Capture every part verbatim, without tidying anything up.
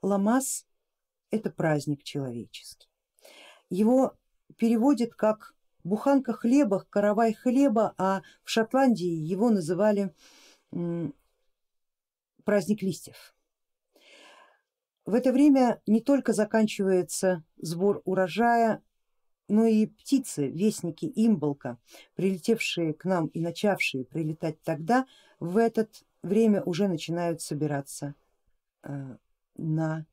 Ламас — это праздник человеческий. Его переводят как буханка хлеба, каравай хлеба, а в Шотландии его называли праздник листьев. В это время не только заканчивается сбор урожая, но и птицы, вестники Имболка, прилетевшие к нам и начавшие прилетать тогда, в это время уже начинают собираться э, на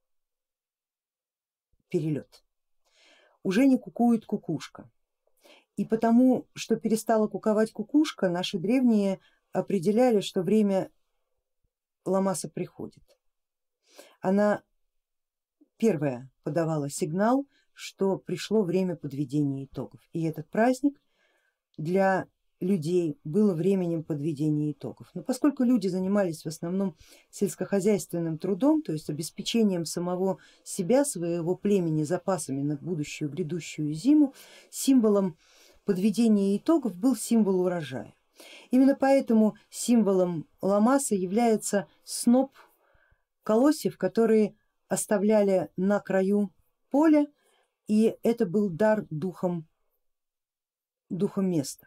перелет. Уже не кукует кукушка. И потому, что перестала куковать кукушка, наши древние определяли, что время Ламаса приходит. Она первая подавала сигнал, что пришло время подведения итогов. И этот праздник для людей был временем подведения итогов. Но поскольку люди занимались в основном сельскохозяйственным трудом, то есть обеспечением самого себя, своего племени запасами на будущую грядущую зиму, символом подведения итогов был символ урожая. Именно поэтому символом Ламаса является сноп колосьев, которые оставляли на краю поля, и это был дар духом, духом места.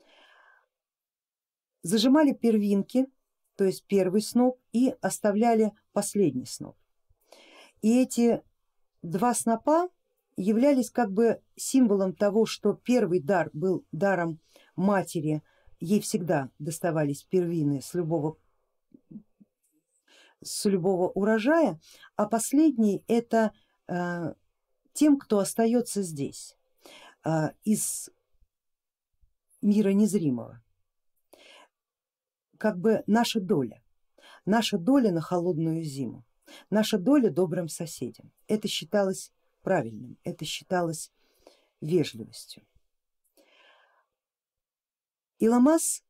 Зажимали первинки, то есть первый сноп, и оставляли последний сноп. И эти два снопа являлись как бы символом того, что первый дар был даром матери, ей всегда доставались первины с любого, с любого урожая, а последний это э, тем, кто остается здесь, э, из мира незримого. Как бы наша доля, наша доля на холодную зиму, наша доля добрым соседям. Это считалось правильным, это считалось вежливостью. И Ламас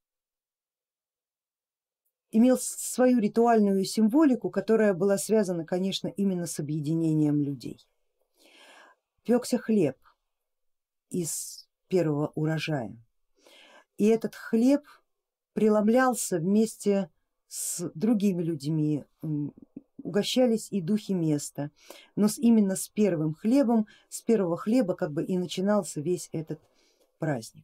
имел свою ритуальную символику, которая была связана, конечно, именно с объединением людей. Пекся хлеб из первого урожая, и этот хлеб преломлялся вместе с другими людьми, угощались и духи места, но именно с первым хлебом, с первого хлеба как бы и начинался весь этот праздник.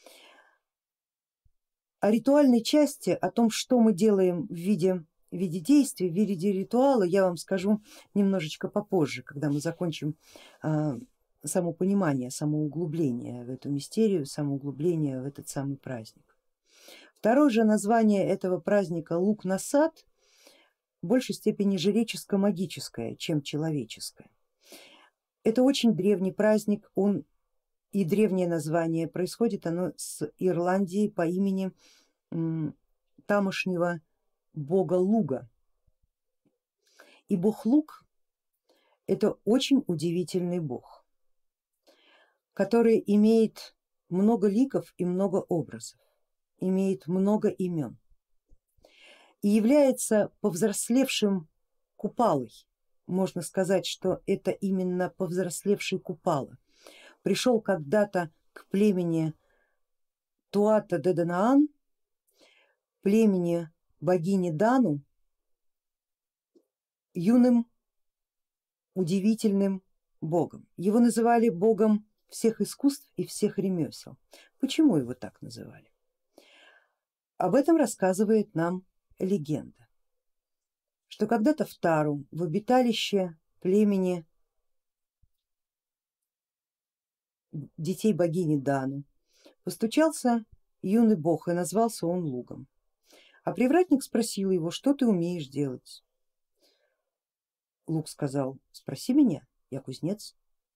О ритуальной части, о том, что мы делаем в виде, в виде действий, в виде ритуала, я вам скажу немножечко попозже, когда мы закончим а, само понимание, само углубление в эту мистерию, само углубление в этот самый праздник. Второе же название этого праздника Луг-Насад в большей степени жреческо-магическое, чем человеческое. Это очень древний праздник, он и древнее название, происходит оно с Ирландии по имени тамошнего бога Луга. И бог Луг это очень удивительный бог, который имеет много ликов и много образов, имеет много имен и является повзрослевшим Купалой. Можно сказать, что это именно повзрослевший Купала. Пришел когда-то к племени Туата-де-Данаан, племени богини Дану, юным удивительным богом. Его называли богом всех искусств и всех ремесел. Почему его так называли? Об этом рассказывает нам легенда, что когда-то в Тару, в обиталище племени детей богини Дану, постучался юный бог, и назвался он Лугом. А привратник спросил его: что ты умеешь делать? Луг сказал: спроси меня, я кузнец.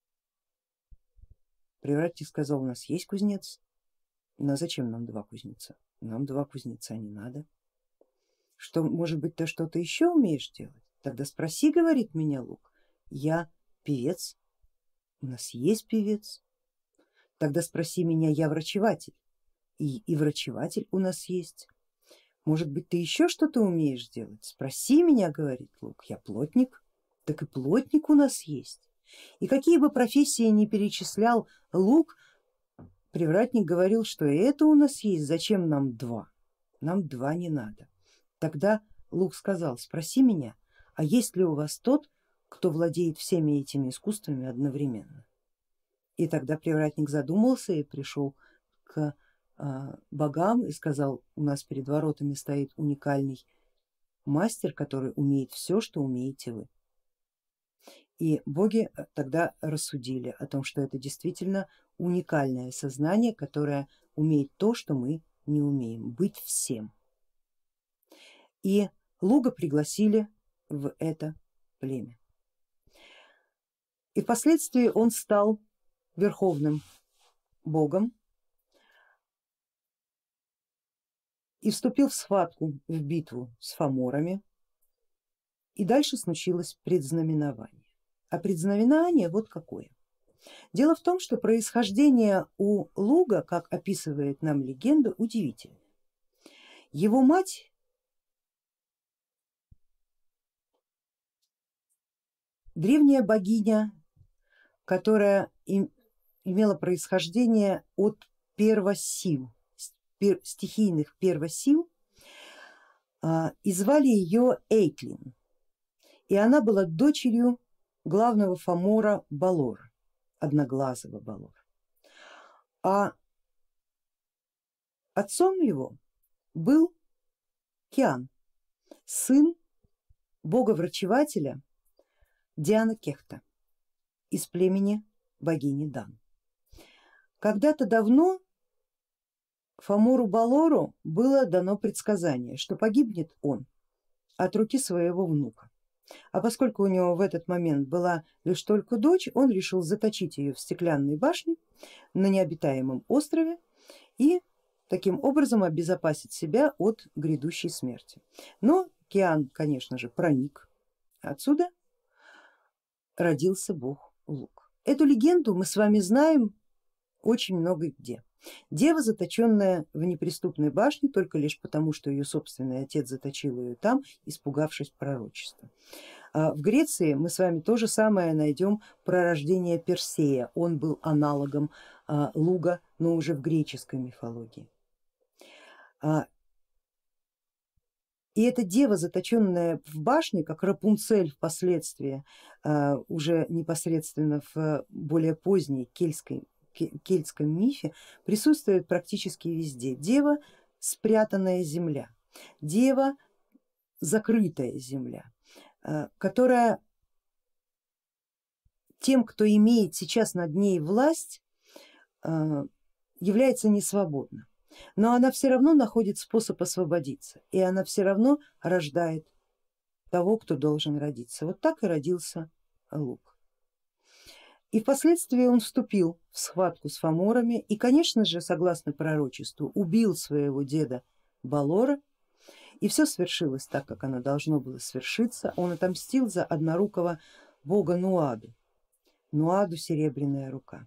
Привратник сказал: у нас есть кузнец. Но зачем нам два кузнеца? Нам два кузнеца не надо. Что, может быть, ты что-то еще умеешь делать? Тогда спроси, говорит меня Луг, я певец, у нас есть певец. Тогда спроси меня, я врачеватель, и, и врачеватель у нас есть. Может быть, ты еще что-то умеешь делать? Спроси меня, говорит Луг, я плотник, так и плотник у нас есть. И какие бы профессии ни перечислял Луг, привратник говорил, что и это у нас есть, зачем нам два? Нам два не надо. Тогда Луг сказал: спроси меня, а есть ли у вас тот, кто владеет всеми этими искусствами одновременно? И тогда привратник задумался и пришел к а, богам и сказал: у нас перед воротами стоит уникальный мастер, который умеет все, что умеете вы. И боги тогда рассудили о том, что это действительно уникальное сознание, которое умеет то, что мы не умеем, быть всем. И Луга пригласили в это племя. И впоследствии он стал верховным богом и вступил в схватку, в битву с фаморами, и дальше случилось предзнаменование. А предзнаменование вот какое. Дело в том, что происхождение у Луга, как описывает нам легенда, удивительно. Его мать древняя богиня, которая имела происхождение от первосил, стихийных первосил, и звали ее Эйтлин, и она была дочерью главного фамора Балора, одноглазого Балора. А отцом его был Киан, сын бога-врачевателя Диана Кехта из племени богини Дан. Когда-то давно фамору Балору было дано предсказание, что погибнет он от руки своего внука. А поскольку у него в этот момент была лишь только дочь, он решил заточить ее в стеклянной башне на необитаемом острове и таким образом обезопасить себя от грядущей смерти. Но Киан, конечно же, проник, отсюда родился бог Луг. Эту легенду мы с вами знаем очень много где. Дева, заточенная в неприступной башне только лишь потому, что ее собственный отец заточил ее там, испугавшись пророчества. В Греции мы с вами то же самое найдем про рождение Персея, он был аналогом Луга, но уже в греческой мифологии. И эта дева, заточенная в башне, как Рапунцель впоследствии, уже непосредственно в более поздней кельтской кельтском мифе, присутствует практически везде. Дева — спрятанная земля, дева — закрытая земля, которая тем, кто имеет сейчас над ней власть, является несвободна. Но она все равно находит способ освободиться, и она все равно рождает того, кто должен родиться. Вот так и родился Луг. И впоследствии он вступил в схватку с фаморами и, конечно же, согласно пророчеству, убил своего деда Балора, и все свершилось так, как оно должно было свершиться. Он отомстил за однорукого бога Нуаду, Нуаду — серебряная рука.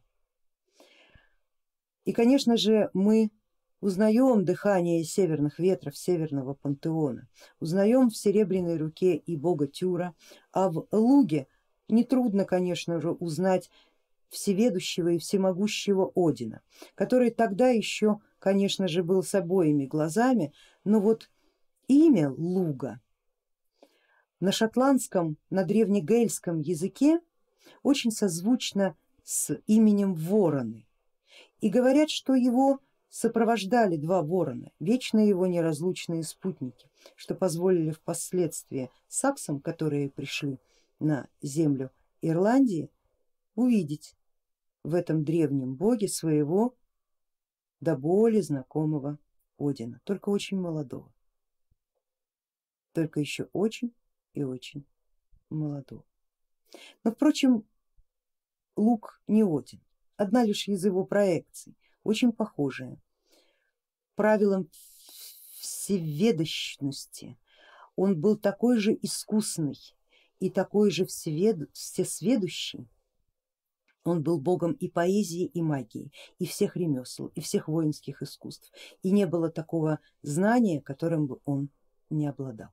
И, конечно же, мы узнаем дыхание северных ветров северного пантеона, узнаем в серебряной руке и бога Тюра, а в Луге нетрудно, конечно же, узнать всеведущего и всемогущего Одина, который тогда еще, конечно же, был с обоими глазами, но вот имя Луга на шотландском, на древнегельском языке очень созвучно с именем Вороны, и говорят, что его сопровождали два ворона, вечно его неразлучные спутники, что позволили впоследствии саксам, которые пришли на землю Ирландии, увидеть в этом древнем боге своего до боли знакомого Одина, только очень молодого, только еще очень и очень молодого. Но, впрочем, Луг не Один, одна лишь из его проекций, очень похожая. Правилам всеведущности он был такой же искусный и такой же всевед... всесведущий. Он был богом и поэзии, и магии, и всех ремесел, и всех воинских искусств, и не было такого знания, которым бы он не обладал.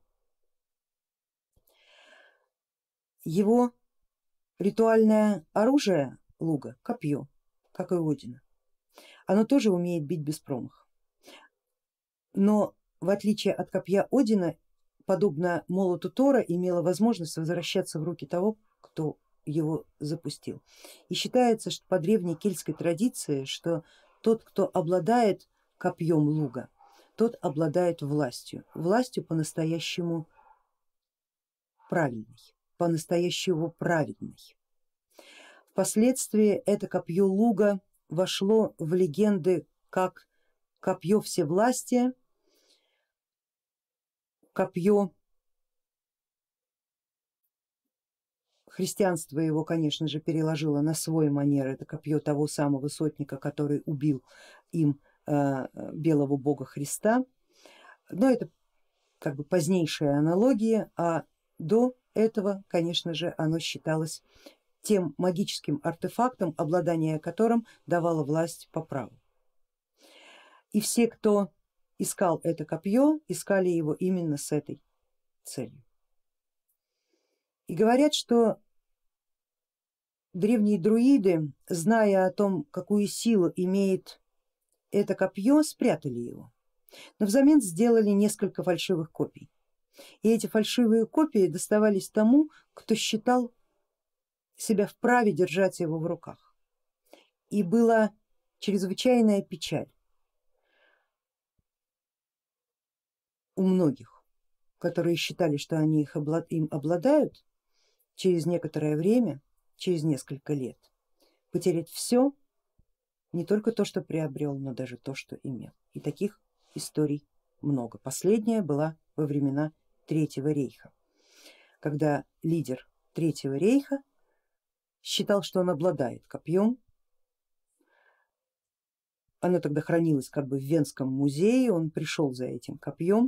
Его ритуальное оружие Луга — копье, как и Одина. Оно тоже умеет бить без промаха, но в отличие от копья Одина, подобно молоту Тора, имело возможность возвращаться в руки того, кто его запустил. И считается, что по древней кельтской традиции, что тот, кто обладает копьем луга, тот обладает властью, властью по-настоящему правильной, по-настоящему праведной. Впоследствии это копье луга вошло в легенды как копье всевластия, копье, христианство его, конечно же, переложило на свой манер, это копье того самого сотника, который убил им э, белого бога Христа, но это как бы позднейшая аналогия, а до этого, конечно же, оно считалось тем магическим артефактом, обладание которым давало власть по праву. И все, кто искал это копье, искали его именно с этой целью. И говорят, что древние друиды, зная о том, какую силу имеет это копье, спрятали его, но взамен сделали несколько фальшивых копий. И эти фальшивые копии доставались тому, кто считал себя вправе держать его в руках. И была чрезвычайная печаль у многих, которые считали, что они их облад... им обладают, через некоторое время, через несколько лет, потерять все, не только то, что приобрел, но даже то, что имел. И таких историй много. Последняя была во времена Третьего рейха, когда лидер Третьего рейха считал, что он обладает копьем. Оно тогда хранилось как бы в Венском музее, он пришел за этим копьем,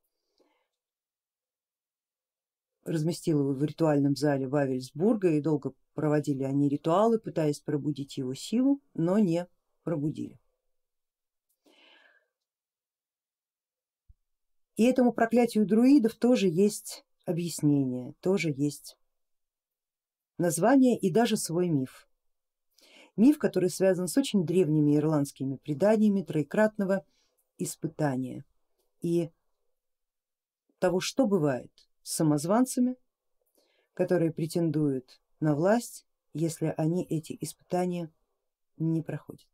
разместил его в ритуальном зале Вавельсбурга, и долго проводили они ритуалы, пытаясь пробудить его силу, но не пробудили. И этому проклятию друидов тоже есть объяснение, тоже есть название и даже свой миф. Миф, который связан с очень древними ирландскими преданиями троекратного испытания и того, что бывает с самозванцами, которые претендуют на власть, если они эти испытания не проходят.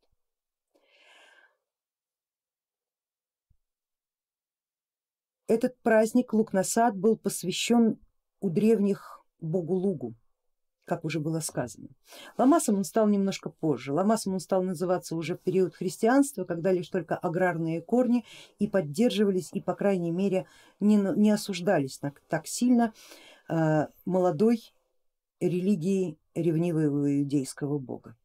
Этот праздник Лугнасад был посвящен у древних богу Лугу, как уже было сказано. Ламасом он стал немножко позже. Ламасом он стал называться уже в период христианства, когда лишь только аграрные корни и поддерживались, и по крайней мере не, не осуждались так, так сильно э, молодой религией ревнивого иудейского бога.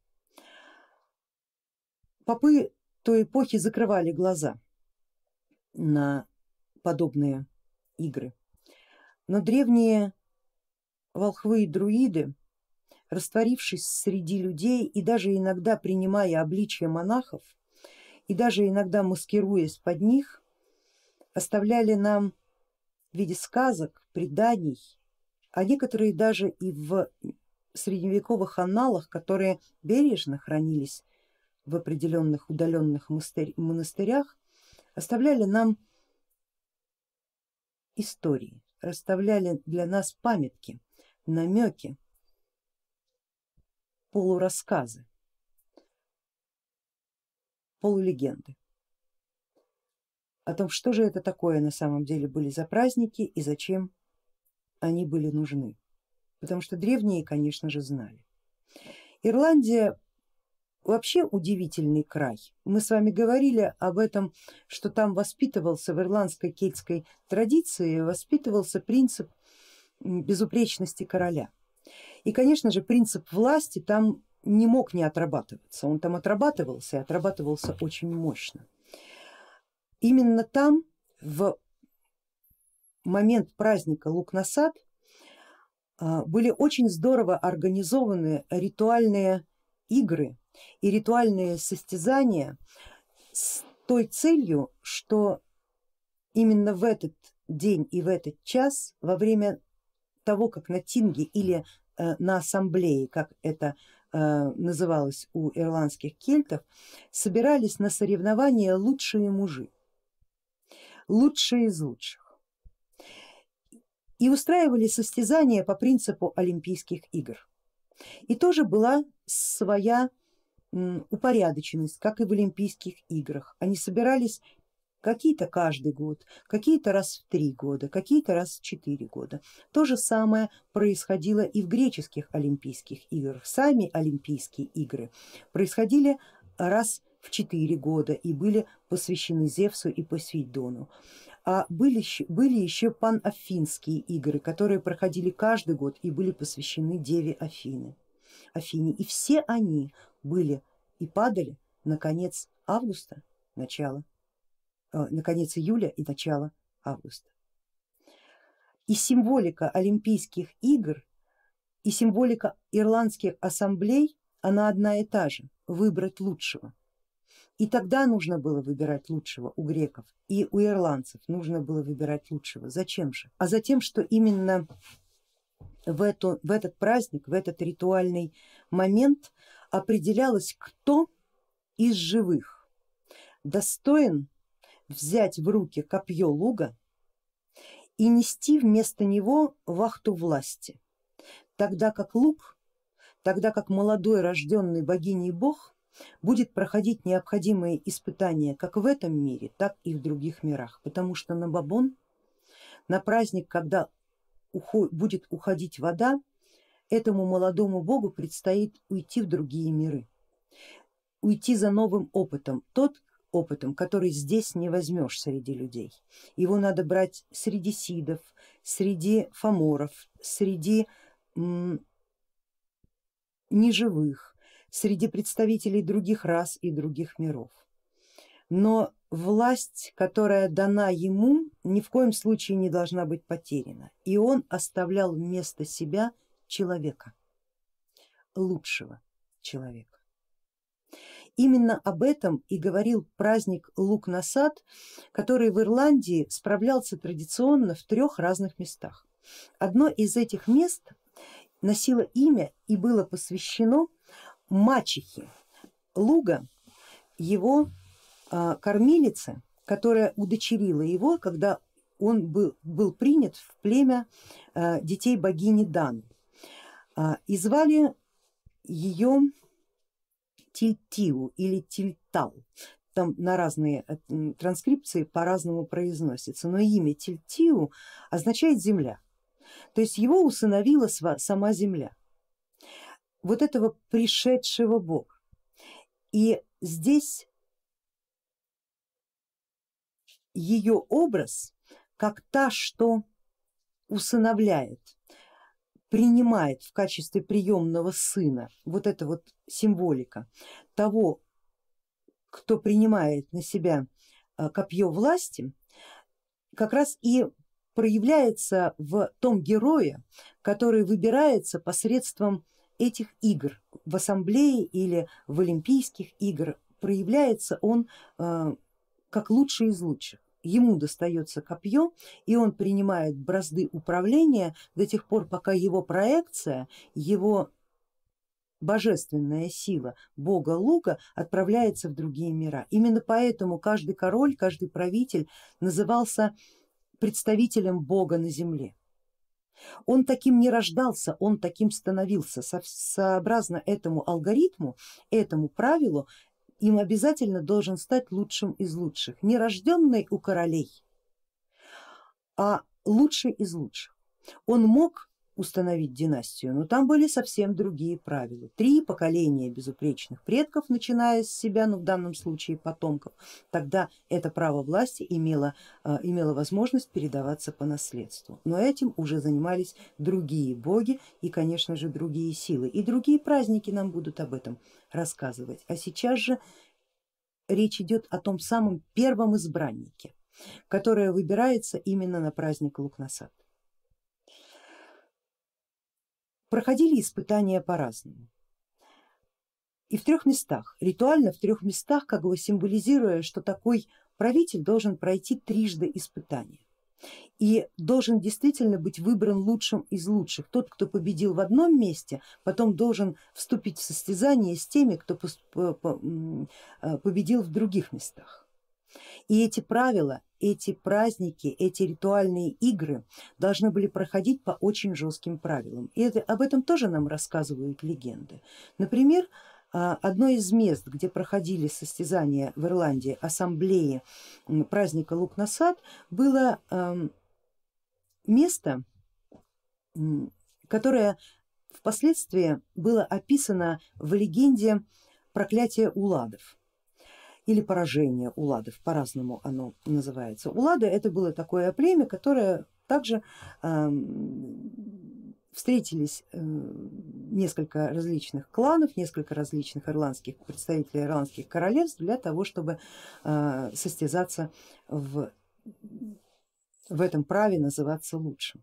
Попы той эпохи закрывали глаза на подобные игры, но древние волхвы и друиды, растворившись среди людей и даже иногда принимая обличие монахов и даже иногда маскируясь под них, оставляли нам в виде сказок, преданий, а некоторые даже и в средневековых анналах, которые бережно хранились в определенных удаленных монастырях, оставляли нам истории, расставляли для нас памятки, намеки, полурассказы, полулегенды о том, что же это такое на самом деле были за праздники и зачем они были нужны. Потому что древние, конечно же, знали. Ирландия вообще удивительный край. Мы с вами говорили об этом, что там воспитывался в ирландской кельтской традиции, воспитывался принцип безупречности короля. И, конечно же, принцип власти там не мог не отрабатываться, он там отрабатывался и отрабатывался очень мощно. Именно там в момент праздника Лугнасад были очень здорово организованы ритуальные игры и ритуальные состязания с той целью, что именно в этот день и в этот час, во время того, как на тинге или на ассамблее, как это называлось у ирландских кельтов, собирались на соревнования лучшие мужи, лучшие из лучших. и устраивали состязания по принципу Олимпийских игр. И тоже была своя упорядоченность, как и в Олимпийских играх. Они собирались какие-то каждый год, какие-то раз в три года, какие-то раз в четыре года. То же самое происходило и в греческих Олимпийских играх. Сами Олимпийские игры происходили раз в четыре года и были посвящены Зевсу и Посейдону. А были, были еще панафинские игры, которые проходили каждый год и были посвящены деве Афины, Афине. И все они были и падали на конец августа, начало, э, на конец июля и начало августа. И символика Олимпийских игр и символика ирландских ассамблей, она одна и та же: выбрать лучшего. И тогда нужно было выбирать лучшего у греков, и у ирландцев нужно было выбирать лучшего. Зачем же? А затем, что именно в, эту, в этот праздник, в этот ритуальный момент определялось, кто из живых достоин взять в руки копье луга и нести вместо него вахту власти, тогда как луг, тогда как молодой рожденный богиней бог будет проходить необходимые испытания как в этом мире, так и в других мирах, потому что на Бабон, на праздник, когда будет уходить вода, этому молодому богу предстоит уйти в другие миры, уйти за новым опытом, тот опытом, который здесь не возьмешь среди людей. Его надо брать среди сидов, среди фаморов, среди м, неживых, среди представителей других рас и других миров. Но власть, которая дана ему, ни в коем случае не должна быть потеряна, и он оставлял вместо себя человека, лучшего человека. Именно об этом и говорил праздник Луг-на-Сад, который в Ирландии справлялся традиционно в трех разных местах. Одно из этих мест носило имя и было посвящено мачехе Луга, его а, кормилице, которая удочерила его, когда он был, был принят в племя а, детей богини Дан, а, и звали ее Тильтиу или Тильтал. Там на разные транскрипции по-разному произносится, но имя Тильтиу означает земля, то есть его усыновила сама земля, вот этого пришедшего бога. И здесь ее образ как та, что усыновляет, принимает в качестве приемного сына, вот эта вот символика того, кто принимает на себя копье власти, как раз и проявляется в том герое, который выбирается посредством этих игр в ассамблее или в Олимпийских играх. Проявляется он э, как лучший из лучших. Ему достается копье, и он принимает бразды управления до тех пор, пока его проекция, его божественная сила бога Луга отправляется в другие мира. Именно поэтому каждый король, каждый правитель назывался представителем бога на земле. Он таким не рождался, он таким становился. Сообразно этому алгоритму, этому правилу, им обязательно должен стать лучшим из лучших, не рожденный у королей, а лучший из лучших. Он мог установить династию, но там были совсем другие правила. Три поколения безупречных предков, начиная с себя, ну в данном случае потомков, тогда это право власти имело, имело возможность передаваться по наследству. Но этим уже занимались другие боги и, конечно же, другие силы. И другие праздники нам будут об этом рассказывать. А сейчас же речь идет о том самом первом избраннике, которое выбирается именно на праздник Луг-на-Сад. Проходили испытания по-разному и в трех местах, ритуально в трех местах, как бы символизируя, что такой правитель должен пройти трижды испытания и должен действительно быть выбран лучшим из лучших. Тот, кто победил в одном месте, потом должен вступить в состязание с теми, кто победил в других местах. И эти правила, эти праздники, эти ритуальные игры должны были проходить по очень жестким правилам. И это, об этом тоже нам рассказывают легенды. Например, одно из мест, где проходили состязания в Ирландии, ассамблеи праздника Лугнасад, было место, которое впоследствии было описано в легенде проклятия Уладов или поражение Уладов, по-разному оно называется. Улады это было такое племя, которое также э, встретились э, несколько различных кланов, несколько различных ирландских представителей ирландских королевств для того, чтобы э, состязаться в, в этом праве называться лучшим.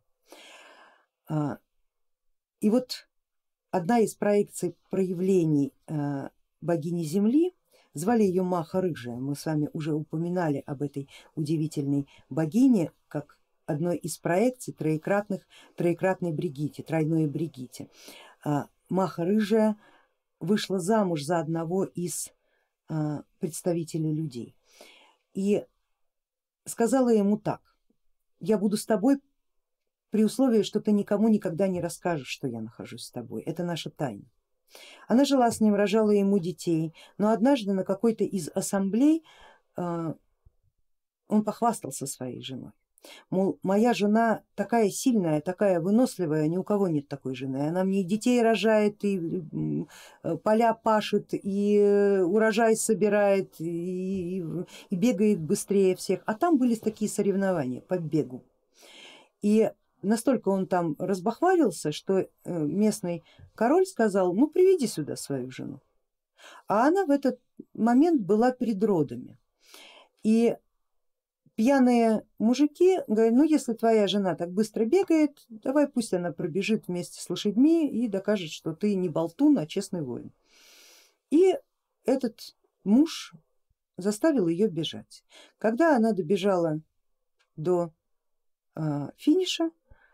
И вот одна из проекций проявлений э, богини Земли, звали ее Маха Рыжая, мы с вами уже упоминали об этой удивительной богине как одной из проекций троекратных, троекратной Бригитте, тройной Бригитте. Маха Рыжая вышла замуж за одного из представителей людей и сказала ему так: я буду с тобой при условии, что ты никому никогда не расскажешь, что я нахожусь с тобой, это наша тайна. Она жила с ним, рожала ему детей, но однажды на какой-то из ассамблей он похвастался своей женой. Мол, моя жена такая сильная, такая выносливая, ни у кого нет такой жены, она мне и детей рожает, и поля пашет, и урожай собирает, и, и бегает быстрее всех, а там были такие соревнования по бегу. И настолько он там разбахвалился, что местный король сказал: ну приведи сюда свою жену. А она в этот момент была перед родами. И пьяные мужики говорят: ну если твоя жена так быстро бегает, давай пусть она пробежит вместе с лошадьми и докажет, что ты не болтун, а честный воин. И этот муж заставил ее бежать. Когда она добежала до э, финиша,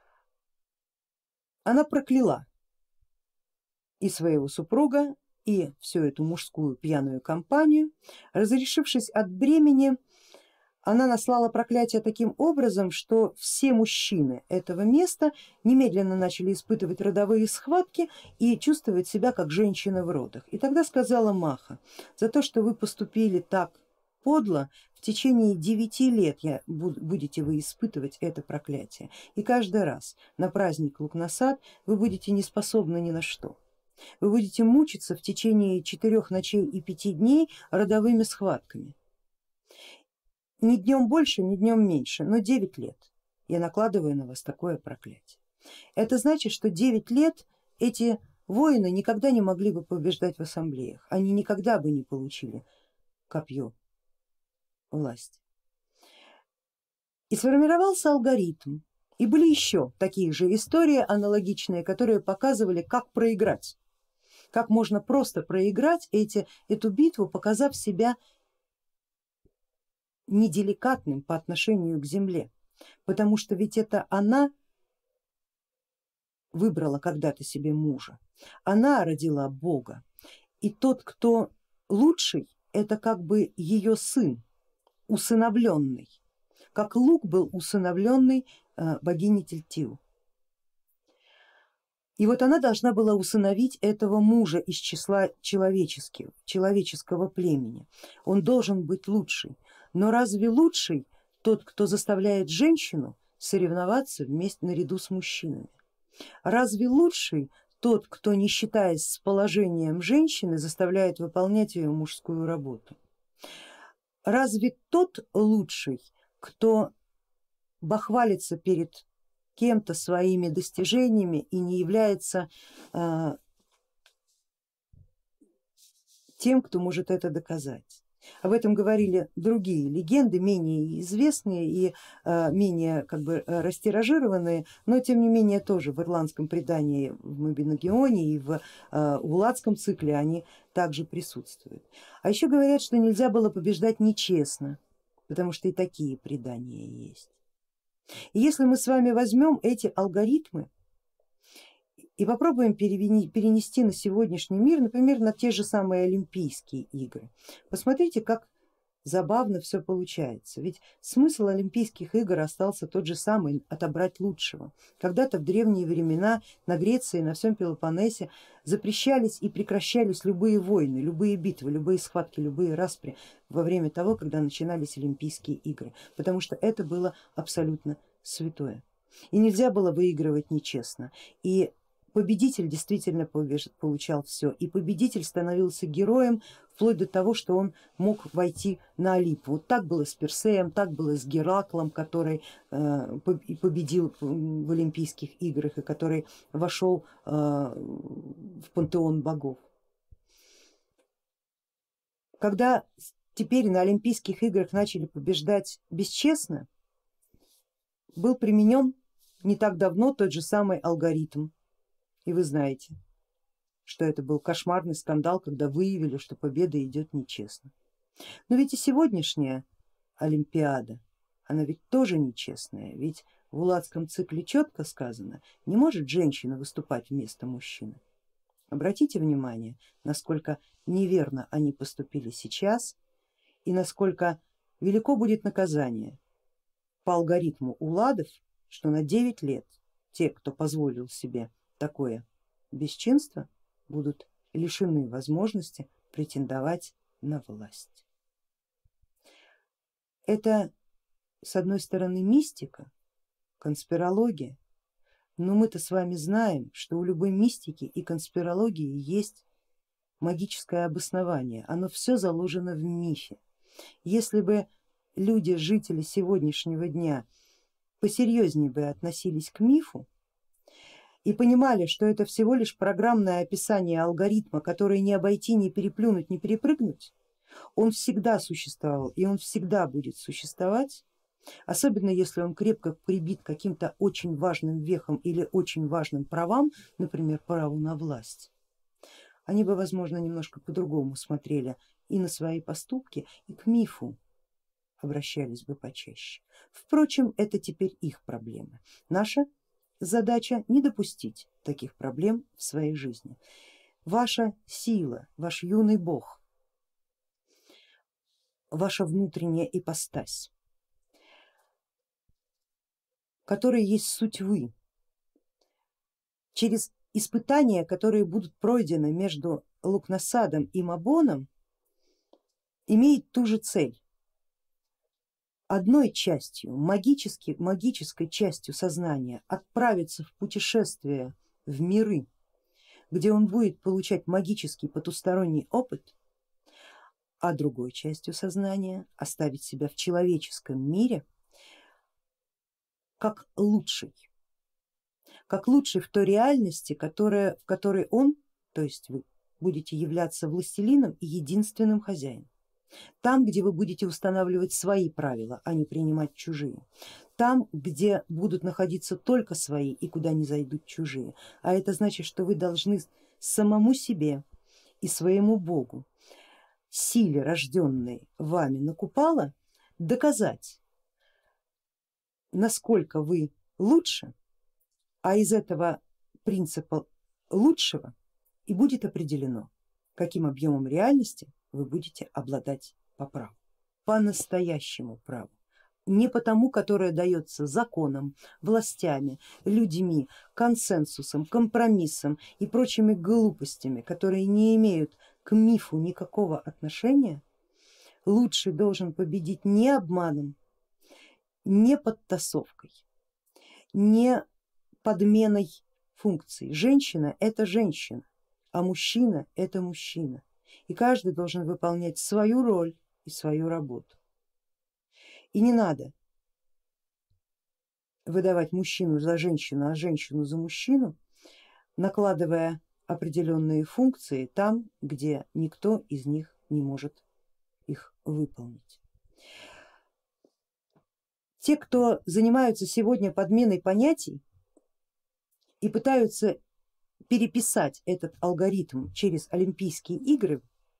она прокляла и своего супруга, и всю эту мужскую пьяную компанию. Разрешившись от бремени, она наслала проклятие таким образом, что все мужчины этого места немедленно начали испытывать родовые схватки и чувствовать себя как женщины в родах. И тогда сказала Маха: за то, что вы поступили так подло, в течение девяти лет я, будете вы испытывать это проклятие. И каждый раз на праздник Лугнасад вы будете не способны ни на что. Вы будете мучиться в течение четырех ночей и пяти дней родовыми схватками. Ни днем больше, ни днем меньше, но девять лет я накладываю на вас такое проклятие. Это значит, что девять лет эти воины никогда не могли бы побеждать в ассамблеях, они никогда бы не получили копье власти. И сформировался алгоритм, и были еще такие же истории аналогичные, которые показывали, как проиграть, как можно просто проиграть эти, эту битву, показав себя неделикатным по отношению к земле, потому что ведь это она выбрала когда-то себе мужа, она родила Бога, и тот, кто лучший, это как бы ее сын, усыновленный, как Лук был усыновленный богиней Тильтиу. И вот она должна была усыновить этого мужа из числа человеческих, человеческого племени, он должен быть лучший. Но разве лучший тот, кто заставляет женщину соревноваться вместе наряду с мужчинами? Разве лучший тот, кто, не считаясь с положением женщины, заставляет выполнять ее мужскую работу? Разве тот лучший, кто бахвалится перед кем-то своими достижениями и не является э, тем, кто может это доказать? Об этом говорили другие легенды, менее известные и э, менее как бы растиражированные, но тем не менее тоже в ирландском предании, в Мабиногионе и в э, Уладском цикле они также присутствуют. А еще говорят, что нельзя было побеждать нечестно, потому что и такие предания есть. И если мы с вами возьмем эти алгоритмы и попробуем перенести на сегодняшний мир, например, на те же самые Олимпийские игры, посмотрите, как забавно все получается. Ведь смысл Олимпийских игр остался тот же самый — отобрать лучшего. Когда-то в древние времена на Греции, на всем Пелопоннесе запрещались и прекращались любые войны, любые битвы, любые схватки, любые распри во время того, когда начинались Олимпийские игры, потому что это было абсолютно святое. И нельзя было выигрывать нечестно. И победитель действительно получал все, и победитель становился героем вплоть до того, что он мог войти на Олимп. Вот так было с Персеем, так было с Гераклом, который э, победил в Олимпийских играх и который вошел э, в пантеон богов. Когда теперь на Олимпийских играх начали побеждать бесчестно, был применен не так давно тот же самый алгоритм. И вы знаете, что это был кошмарный скандал, когда выявили, что победа идет нечестно. Но ведь и сегодняшняя Олимпиада, она ведь тоже нечестная, ведь в Уладском цикле четко сказано: не может женщина выступать вместо мужчины. Обратите внимание, насколько неверно они поступили сейчас и насколько велико будет наказание по алгоритму Уладов, что на девять лет те, кто позволил себе такое бесчинство, будут лишены возможности претендовать на власть. Это, с одной стороны, мистика, конспирология, но мы-то с вами знаем, что у любой мистики и конспирологии есть магическое обоснование, оно все заложено в мифе. Если бы люди, жители сегодняшнего дня, посерьезнее бы относились к мифу и понимали, что это всего лишь программное описание алгоритма, который не обойти, не переплюнуть, не перепрыгнуть, он всегда существовал и он всегда будет существовать, особенно если он крепко прибит к каким-то очень важным вехам или очень важным правам, например, праву на власть, они бы, возможно, немножко по-другому смотрели и на свои поступки, и к мифу обращались бы почаще. Впрочем, это теперь их проблемы. Наша задача не допустить таких проблем в своей жизни. Ваша сила, ваш юный бог, ваша внутренняя ипостась, которая есть суть вы, через испытания, которые будут пройдены между Лукнасадом и Мабоном, имеет ту же цель. Одной частью, магически, магической частью сознания отправиться в путешествие в миры, где он будет получать магический потусторонний опыт, а другой частью сознания оставить себя в человеческом мире как лучший, как лучший в той реальности, которая, в которой он, то есть вы, будете являться властелином и единственным хозяином. Там, где вы будете устанавливать свои правила, а не принимать чужие. Там, где будут находиться только свои и куда не зайдут чужие. А это значит, что вы должны самому себе и своему богу, силе, рожденной вами на Купала, доказать, насколько вы лучше, а из этого принципа лучшего и будет определено, каким объемом реальности вы будете обладать по праву, по настоящему праву, не по тому, которое дается законом, властями, людьми, консенсусом, компромиссом и прочими глупостями, которые не имеют к мифу никакого отношения. Лучший должен победить не обманом, не подтасовкой, не подменой функций. Женщина это женщина, а мужчина это мужчина. И каждый должен выполнять свою роль и свою работу. И не надо выдавать мужчину за женщину, а женщину за мужчину, накладывая определенные функции там, где никто из них не может их выполнить. Те, кто занимаются сегодня подменой понятий и пытаются переписать этот алгоритм через Олимпийские игры,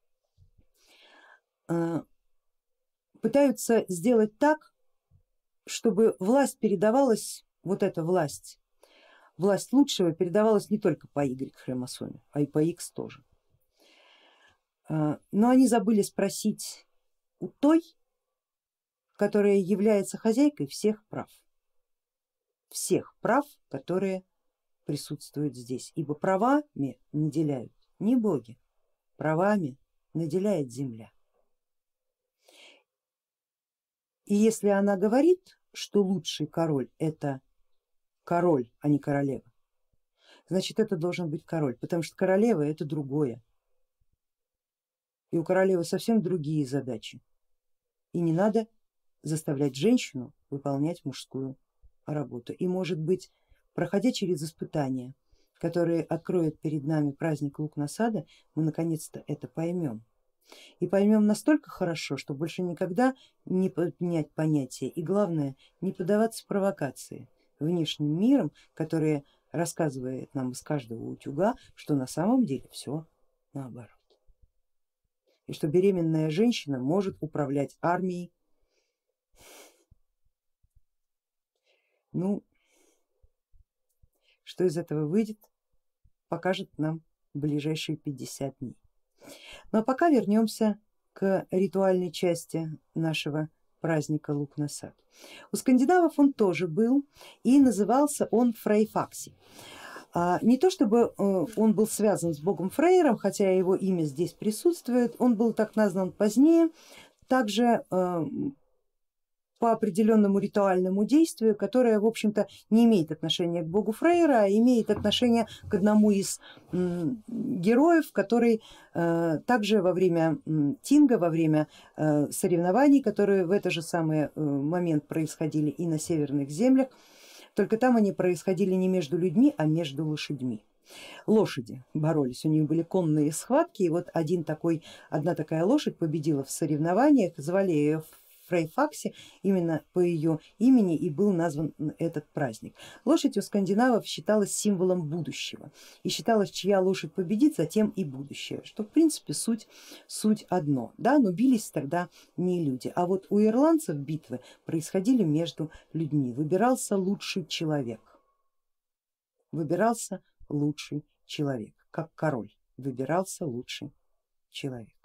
пытаются сделать так, чтобы власть передавалась, вот эта власть, власть лучшего передавалась не только по Y хромосоме, а и по X тоже. Но они забыли спросить у той, которая является хозяйкой всех прав, всех прав, которые присутствуют здесь, ибо правами наделяют не боги, правами наделяет земля. И если она говорит, что лучший король это король, а не королева, значит это должен быть король, потому что королева это другое. И у королевы совсем другие задачи. И не надо заставлять женщину выполнять мужскую работу. И может быть, проходя через испытания, которые откроет перед нами праздник Лугнасада, мы наконец-то это поймем. И поймем настолько хорошо, что больше никогда не поменять понятие и главное не поддаваться провокации внешним миром, которые рассказывает нам из каждого утюга, что на самом деле все наоборот. И что беременная женщина может управлять армией. Ну, что из этого выйдет, покажет нам ближайшие пятьдесят дней. Ну а пока вернемся к ритуальной части нашего праздника Лугнасад. У скандинавов он тоже был и назывался он Фрейфакси. Не то чтобы он был связан с богом Фрейром, хотя его имя здесь присутствует, он был так назван позднее, также по определенному ритуальному действию, которое в общем-то не имеет отношения к богу Фрейра, а имеет отношение к одному из героев, который также во время тинга, во время соревнований, которые в этот же самый момент происходили и на северных землях, только там они происходили не между людьми, а между лошадьми. Лошади боролись, у них были конные схватки, и вот один такой, одна такая лошадь победила в соревнованиях, звали ее Фрейфакси, именно по ее имени и был назван этот праздник. Лошадь у скандинавов считалась символом будущего и считалось, чья лошадь победит, затем и будущее, что в принципе суть, суть одно, да, но бились тогда не люди, а вот у ирландцев битвы происходили между людьми, выбирался лучший человек, выбирался лучший человек, как король выбирался лучший человек.